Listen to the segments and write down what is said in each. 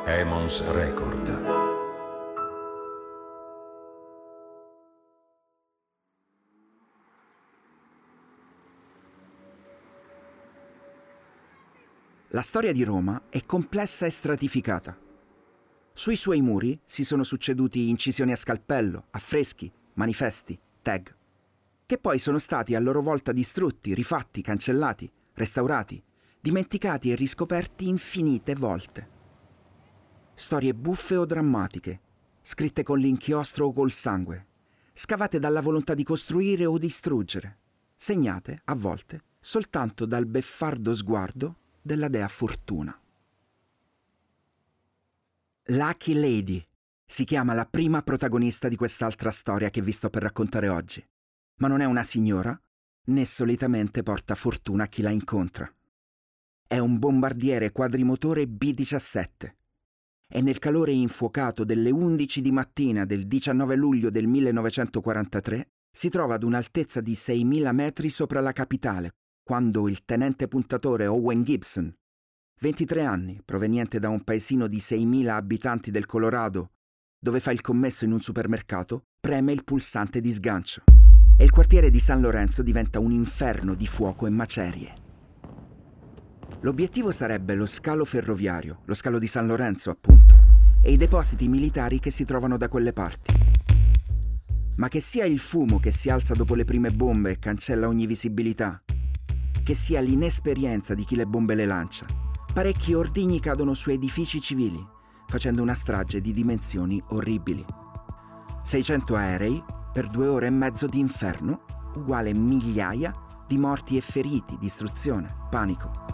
Emons Record. La storia di Roma è complessa e stratificata. Sui suoi muri si sono succeduti incisioni a scalpello, affreschi, manifesti, tag, che poi sono stati a loro volta distrutti, rifatti, cancellati, restaurati, dimenticati e riscoperti infinite volte. Storie buffe o drammatiche, scritte con l'inchiostro o col sangue, scavate dalla volontà di costruire o distruggere, segnate, a volte, soltanto dal beffardo sguardo della dea Fortuna. Lucky Lady si chiama la prima protagonista di quest'altra storia che vi sto per raccontare oggi, ma non è una signora, né solitamente porta fortuna a chi la incontra. È un bombardiere quadrimotore B-17 e nel calore infuocato delle 11 di mattina del 19 luglio del 1943 si trova ad un'altezza di 6.000 metri sopra la capitale, quando il tenente puntatore Owen Gibson, 23 anni, proveniente da un paesino di 6.000 abitanti del Colorado, dove fa il commesso in un supermercato, preme il pulsante di sgancio e il quartiere di San Lorenzo diventa un inferno di fuoco e macerie. L'obiettivo sarebbe lo scalo ferroviario, lo scalo di San Lorenzo appunto, e i depositi militari che si trovano da quelle parti. Ma che sia il fumo che si alza dopo le prime bombe e cancella ogni visibilità, che sia l'inesperienza di chi le bombe le lancia, parecchi ordigni cadono su edifici civili, facendo una strage di dimensioni orribili. 600 aerei per 2 ore e mezzo di inferno, uguale migliaia di morti e feriti, distruzione, panico.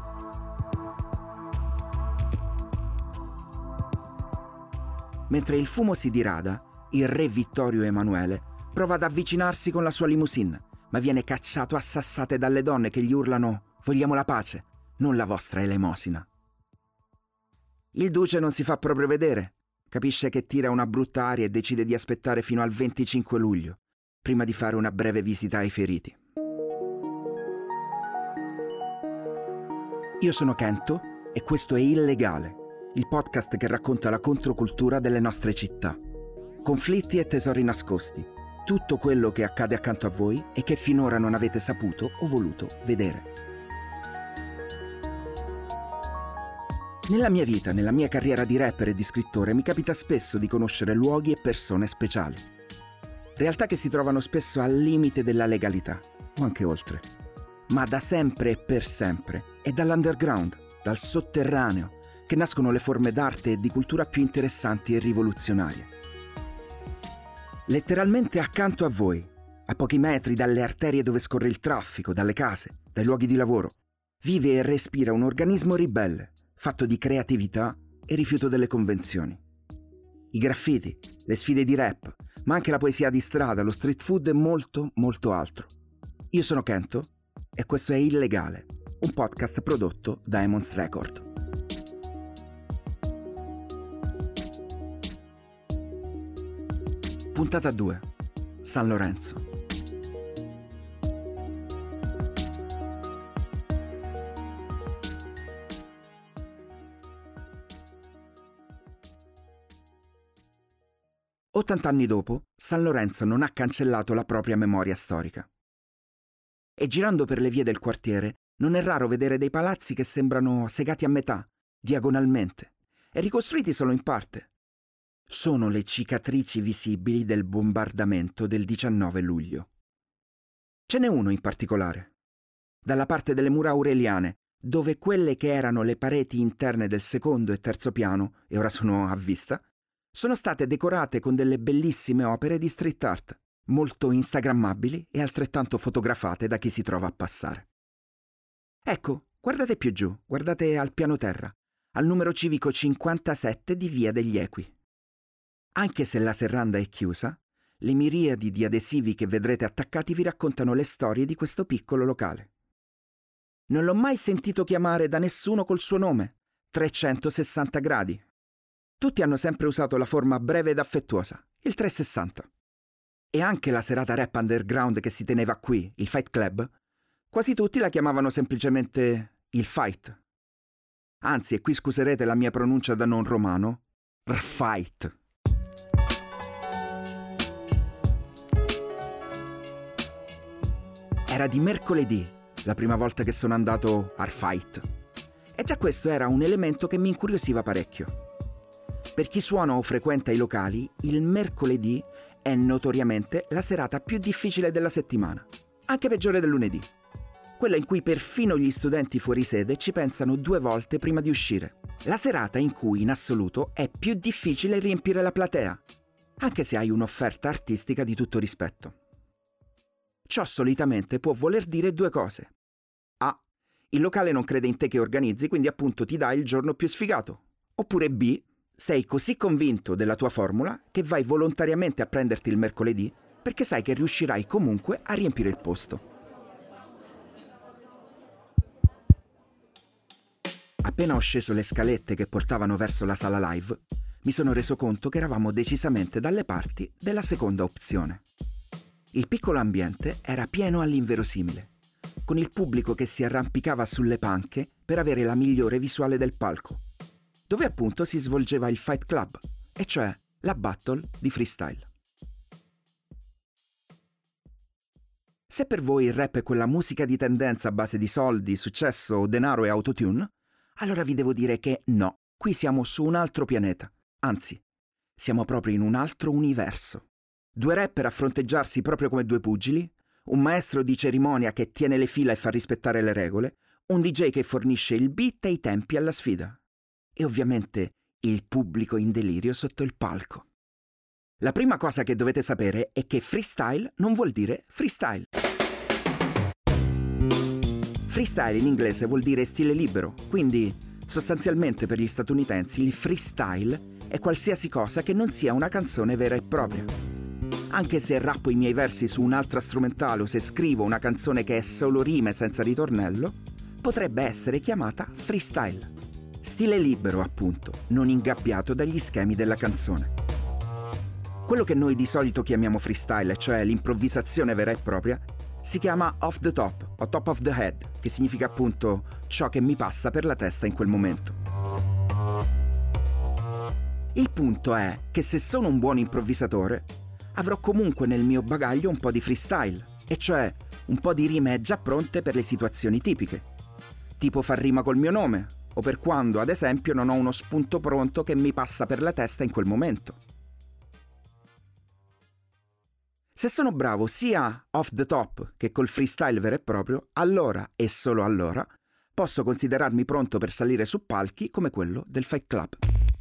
Mentre il fumo si dirada, il re Vittorio Emanuele prova ad avvicinarsi con la sua limousine, ma viene cacciato a sassate dalle donne che gli urlano «Vogliamo la pace, non la vostra elemosina». Il duce non si fa proprio vedere, capisce che tira una brutta aria e decide di aspettare fino al 25 luglio, prima di fare una breve visita ai feriti. Io sono Kento e questo è Illegale, il podcast che racconta la controcultura delle nostre città. Conflitti e tesori nascosti, tutto quello che accade accanto a voi e che finora non avete saputo o voluto vedere. Nella mia vita, nella mia carriera di rapper e di scrittore, mi capita spesso di conoscere luoghi e persone speciali. Realtà che si trovano spesso al limite della legalità, o anche oltre. Ma da sempre e per sempre è dall'underground, dal sotterraneo, che nascono le forme d'arte e di cultura più interessanti e rivoluzionarie. Letteralmente accanto a voi, a pochi metri dalle arterie dove scorre il traffico, dalle case, dai luoghi di lavoro, vive e respira un organismo ribelle, fatto di creatività e rifiuto delle convenzioni. I graffiti, le sfide di rap, ma anche la poesia di strada, lo street food e molto, molto altro. Io sono Kento e questo è Illegale, un podcast prodotto da Emons Record. Puntata 2. San Lorenzo. Ottant'anni dopo, San Lorenzo non ha cancellato la propria memoria storica. E girando per le vie del quartiere, non è raro vedere dei palazzi che sembrano segati a metà, diagonalmente, e ricostruiti solo in parte. Sono le cicatrici visibili del bombardamento del 19 luglio. Ce n'è uno in particolare. Dalla parte delle mura aureliane, dove quelle che erano le pareti interne del secondo e terzo piano, e ora sono a vista, sono state decorate con delle bellissime opere di street art, molto instagrammabili e altrettanto fotografate da chi si trova a passare. Ecco, guardate più giù, guardate al piano terra, al numero civico 57 di Via degli Equi. Anche se la serranda è chiusa, le miriadi di adesivi che vedrete attaccati vi raccontano le storie di questo piccolo locale. Non l'ho mai sentito chiamare da nessuno col suo nome, 360 gradi. Tutti hanno sempre usato la forma breve ed affettuosa, il 360. E anche la serata rap underground che si teneva qui, il Fight Club, quasi tutti la chiamavano semplicemente il Fight. Anzi, e qui scuserete la mia pronuncia da non romano, Rfight. Era di mercoledì, la prima volta che sono andato a Rfight. E già questo era un elemento che mi incuriosiva parecchio. Per chi suona o frequenta i locali, il mercoledì è notoriamente la serata più difficile della settimana, anche peggiore del lunedì. Quella in cui perfino gli studenti fuori sede ci pensano 2 volte prima di uscire. La serata in cui in assoluto è più difficile riempire la platea, anche se hai un'offerta artistica di tutto rispetto. Ciò solitamente può voler dire 2 cose. A. Il locale non crede in te che organizzi, quindi appunto ti dà il giorno più sfigato. Oppure B. Sei così convinto della tua formula che vai volontariamente a prenderti il mercoledì perché sai che riuscirai comunque a riempire il posto. Appena ho sceso le scalette che portavano verso la sala live, mi sono reso conto che eravamo decisamente dalle parti della seconda opzione. Il piccolo ambiente era pieno all'inverosimile, con il pubblico che si arrampicava sulle panche per avere la migliore visuale del palco, dove appunto si svolgeva il Fight Club, e cioè la battle di freestyle. Se per voi il rap è quella musica di tendenza a base di soldi, successo, denaro e autotune, allora vi devo dire che no, qui siamo su un altro pianeta, anzi, siamo proprio in un altro universo. 2 rapper a fronteggiarsi proprio come 2 pugili, un maestro di cerimonia che tiene le fila e fa rispettare le regole, un DJ che fornisce il beat e i tempi alla sfida. E ovviamente il pubblico in delirio sotto il palco. La prima cosa che dovete sapere è che freestyle non vuol dire freestyle. Freestyle in inglese vuol dire stile libero, quindi sostanzialmente per gli statunitensi il freestyle è qualsiasi cosa che non sia una canzone vera e propria. Anche se rappo i miei versi su un'altra strumentale o se scrivo una canzone che è solo rime senza ritornello, potrebbe essere chiamata freestyle. Stile libero, appunto, non ingabbiato dagli schemi della canzone. Quello che noi di solito chiamiamo freestyle, cioè l'improvvisazione vera e propria, si chiama off the top o top of the head, che significa appunto ciò che mi passa per la testa in quel momento. Il punto è che se sono un buon improvvisatore, avrò comunque nel mio bagaglio un po' di freestyle, e cioè un po' di rime già pronte per le situazioni tipiche, tipo far rima col mio nome, o per quando, ad esempio, non ho uno spunto pronto che mi passa per la testa in quel momento. Se sono bravo sia off the top che col freestyle vero e proprio, allora e solo allora posso considerarmi pronto per salire su palchi come quello del Fight Club.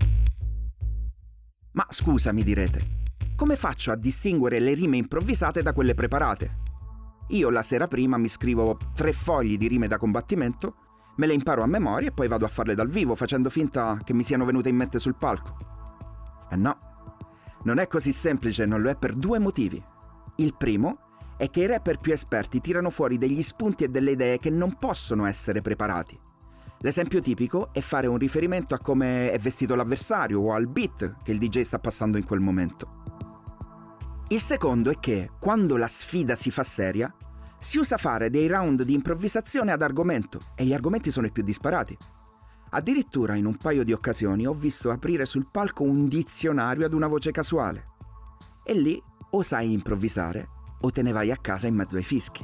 Ma scusa, mi direte, come faccio a distinguere le rime improvvisate da quelle preparate? Io la sera prima mi scrivo 3 fogli di rime da combattimento, me le imparo a memoria e poi vado a farle dal vivo facendo finta che mi siano venute in mente sul palco. E no, non è così semplice, non lo è per 2 motivi. Il primo è che i rapper più esperti tirano fuori degli spunti e delle idee che non possono essere preparati. L'esempio tipico è fare un riferimento a come è vestito l'avversario o al beat che il DJ sta passando in quel momento. Il secondo è che, quando la sfida si fa seria, si usa fare dei round di improvvisazione ad argomento e gli argomenti sono i più disparati. Addirittura in un paio di occasioni ho visto aprire sul palco un dizionario ad una voce casuale. E lì o sai improvvisare o te ne vai a casa in mezzo ai fischi.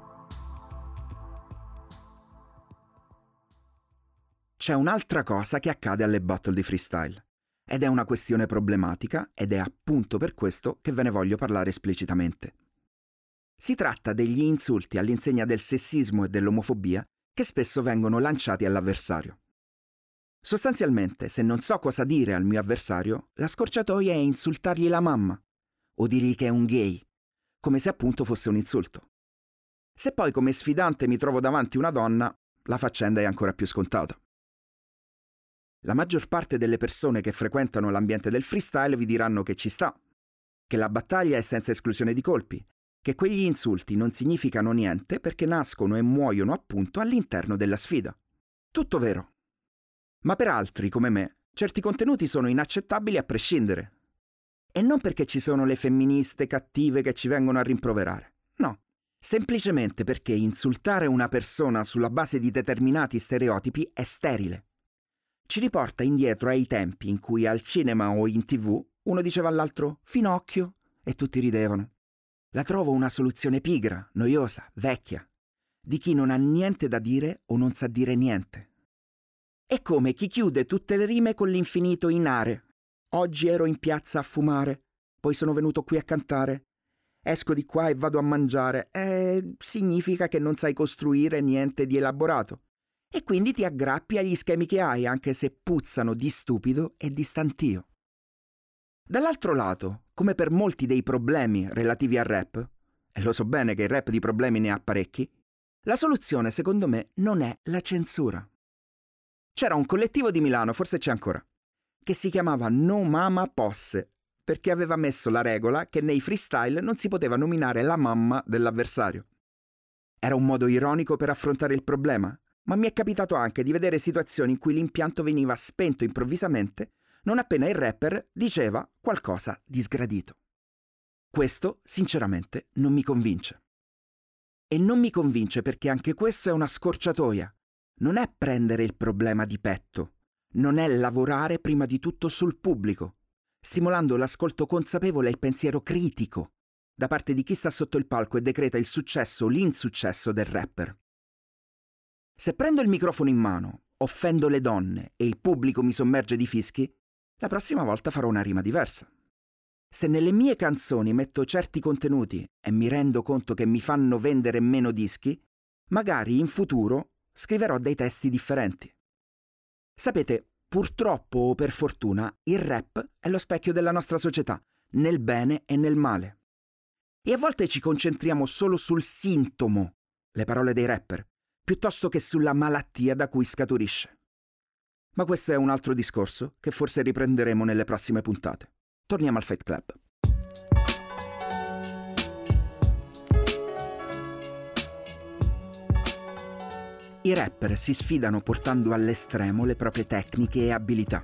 C'è un'altra cosa che accade alle battle di freestyle ed è una questione problematica ed è appunto per questo che ve ne voglio parlare esplicitamente. Si tratta degli insulti all'insegna del sessismo e dell'omofobia che spesso vengono lanciati all'avversario. Sostanzialmente, se non so cosa dire al mio avversario, la scorciatoia è insultargli la mamma o dirgli che è un gay, come se appunto fosse un insulto. Se poi come sfidante mi trovo davanti una donna, la faccenda è ancora più scontata. La maggior parte delle persone che frequentano l'ambiente del freestyle vi diranno che ci sta, che la battaglia è senza esclusione di colpi, che quegli insulti non significano niente perché nascono e muoiono appunto all'interno della sfida. Tutto vero. Ma per altri, come me, certi contenuti sono inaccettabili a prescindere. E non perché ci sono le femministe cattive che ci vengono a rimproverare. No. Semplicemente perché insultare una persona sulla base di determinati stereotipi è sterile. ci riporta indietro ai tempi in cui al cinema o in TV uno diceva all'altro «Finocchio» e tutti ridevano. La trovo una soluzione pigra, noiosa, vecchia, di chi non ha niente da dire o non sa dire niente. È come chi chiude tutte le rime con l'infinito in are. Oggi ero in piazza a fumare, poi sono venuto qui a cantare. Esco di qua e vado a mangiare. Significa che non sai costruire niente di elaborato. E quindi ti aggrappi agli schemi che hai, anche se puzzano di stupido e di stantio. Dall'altro lato, come per molti dei problemi relativi al rap, e lo so bene che il rap di problemi ne ha parecchi, la soluzione, secondo me, non è la censura. C'era un collettivo di Milano, forse c'è ancora, che si chiamava No Mama Posse, perché aveva messo la regola che nei freestyle non si poteva nominare la mamma dell'avversario. Era un modo ironico per affrontare il problema, ma mi è capitato anche di vedere situazioni in cui l'impianto veniva spento improvvisamente non appena il rapper diceva qualcosa di sgradito. Questo, sinceramente, non mi convince. E non mi convince perché anche questo è una scorciatoia. Non è prendere il problema di petto, non è lavorare prima di tutto sul pubblico, stimolando l'ascolto consapevole e il pensiero critico da parte di chi sta sotto il palco e decreta il successo o l'insuccesso del rapper. Se prendo il microfono in mano, offendo le donne e il pubblico mi sommerge di fischi, la prossima volta farò una rima diversa. Se nelle mie canzoni metto certi contenuti e mi rendo conto che mi fanno vendere meno dischi, magari in futuro scriverò dei testi differenti. Sapete, purtroppo o per fortuna, il rap è lo specchio della nostra società, nel bene e nel male. E a volte ci concentriamo solo sul sintomo, le parole dei rapper, piuttosto che sulla malattia da cui scaturisce. Ma questo è un altro discorso che forse riprenderemo nelle prossime puntate. Torniamo al Fight Club. I rapper si sfidano portando all'estremo le proprie tecniche e abilità.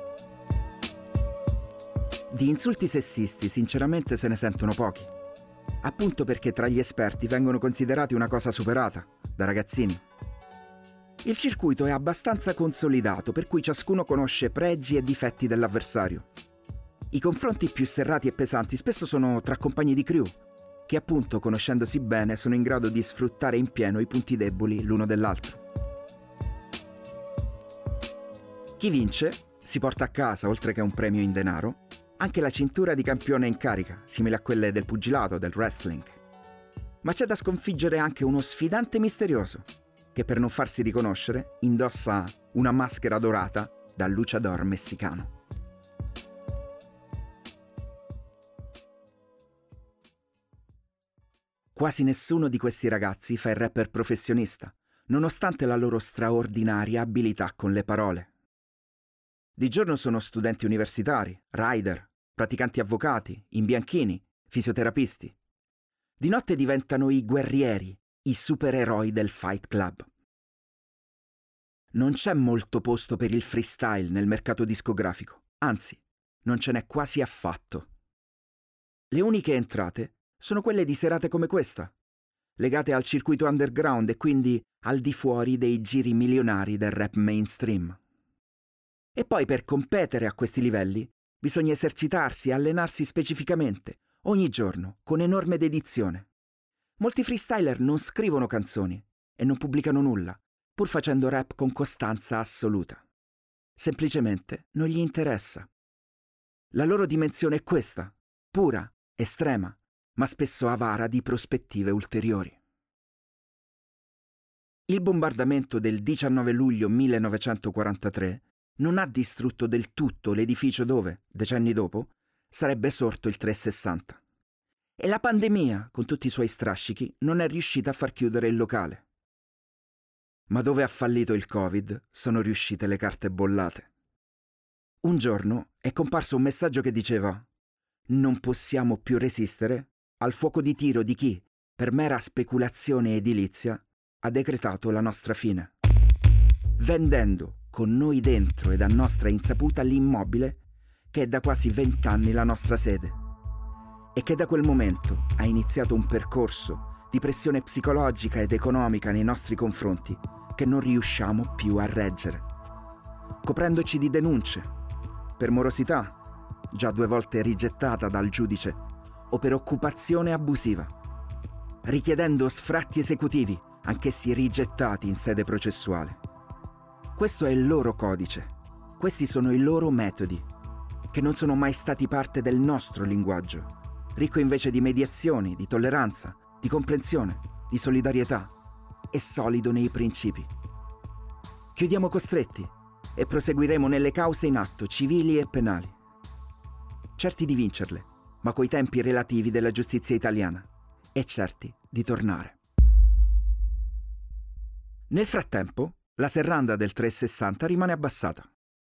Di insulti sessisti sinceramente se ne sentono pochi, appunto perché tra gli esperti vengono considerati una cosa superata, da ragazzini. Il circuito è abbastanza consolidato, per cui ciascuno conosce pregi e difetti dell'avversario. I confronti più serrati e pesanti spesso sono tra compagni di crew, che appunto, conoscendosi bene, sono in grado di sfruttare in pieno i punti deboli l'uno dell'altro. Chi vince si porta a casa, oltre che un premio in denaro, anche la cintura di campione in carica, simile a quelle del pugilato, del wrestling. Ma c'è da sconfiggere anche uno sfidante misterioso, che per non farsi riconoscere indossa una maschera dorata da luchador messicano. Quasi nessuno di questi ragazzi fa il rapper professionista, nonostante la loro straordinaria abilità con le parole. Di giorno sono studenti universitari, rider, praticanti avvocati, imbianchini, fisioterapisti. Di notte diventano i guerrieri, i supereroi del Fight Club. Non c'è molto posto per il freestyle nel mercato discografico, anzi, non ce n'è quasi affatto. Le uniche entrate sono quelle di serate come questa, legate al circuito underground e quindi al di fuori dei giri milionari del rap mainstream. E poi per competere a questi livelli bisogna esercitarsi e allenarsi specificamente, ogni giorno, con enorme dedizione. Molti freestyler non scrivono canzoni e non pubblicano nulla, pur facendo rap con costanza assoluta. Semplicemente non gli interessa. La loro dimensione è questa, pura, estrema, ma spesso avara di prospettive ulteriori. Il bombardamento del 19 luglio 1943 non ha distrutto del tutto l'edificio dove, decenni dopo, sarebbe sorto il 360. E la pandemia, con tutti i suoi strascichi, non è riuscita a far chiudere il locale. Ma dove ha fallito il Covid sono riuscite le carte bollate. Un giorno è comparso un messaggio che diceva: «Non possiamo più resistere al fuoco di tiro di chi, per mera speculazione edilizia, ha decretato la nostra fine, vendendo con noi dentro ed a nostra insaputa l'immobile che è da quasi 20 anni la nostra sede e che da quel momento ha iniziato un percorso di pressione psicologica ed economica nei nostri confronti che non riusciamo più a reggere. coprendoci di denunce, per morosità, già 2 volte rigettata dal giudice, o per occupazione abusiva, richiedendo sfratti esecutivi, anch'essi rigettati in sede processuale. Questo è il loro codice, questi sono i loro metodi, che non sono mai stati parte del nostro linguaggio, ricco invece di mediazioni, di tolleranza, di comprensione, di solidarietà e solido nei principi. Chiudiamo costretti e proseguiremo nelle cause in atto, civili e penali, certi di vincerle, ma coi tempi relativi della giustizia italiana, e certi di tornare. Nel frattempo, la serranda del 360 rimane abbassata.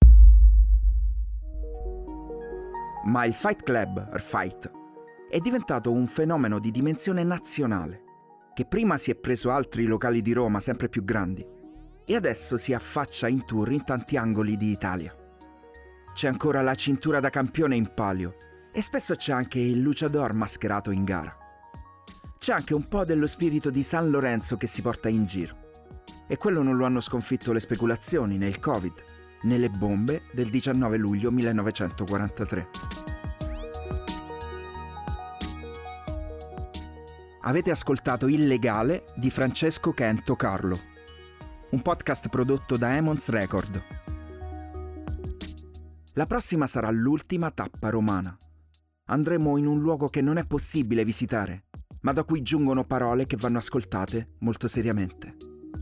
Ma il Fight Club, or Fight, è diventato un fenomeno di dimensione nazionale, che prima si è preso altri locali di Roma sempre più grandi, e adesso si affaccia in tour in tanti angoli di Italia. C'è ancora la cintura da campione in palio, e spesso c'è anche il luchador mascherato in gara. C'è anche un po' dello spirito di San Lorenzo che si porta in giro. E quello non lo hanno sconfitto le speculazioni né il Covid, né le bombe del 19 luglio 1943. Avete ascoltato Il Legale di Francesco Kento Carlo, un podcast prodotto da Emons Record. La prossima sarà l'ultima tappa romana. Andremo in un luogo che non è possibile visitare, ma da cui giungono parole che vanno ascoltate molto seriamente.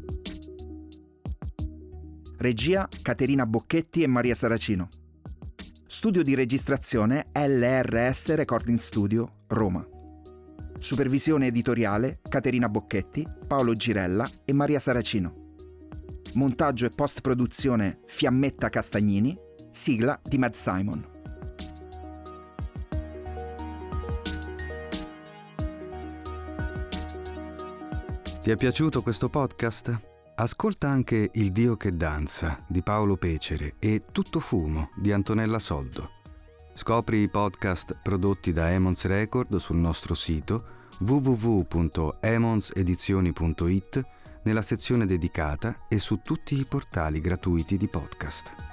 Regia Caterina Bocchetti e Maria Saracino. Studio di registrazione LRS Recording Studio, Roma. Supervisione editoriale Caterina Bocchetti, Paolo Girella e Maria Saracino. Montaggio e post-produzione Fiammetta Castagnini, sigla di Mad Simon. Ti è piaciuto questo podcast? Ascolta anche Il Dio che danza di Paolo Pecere e Tutto fumo di Antonella Soldo. Scopri i podcast prodotti da Emons Record sul nostro sito www.emonsedizioni.it nella sezione dedicata e su tutti i portali gratuiti di podcast.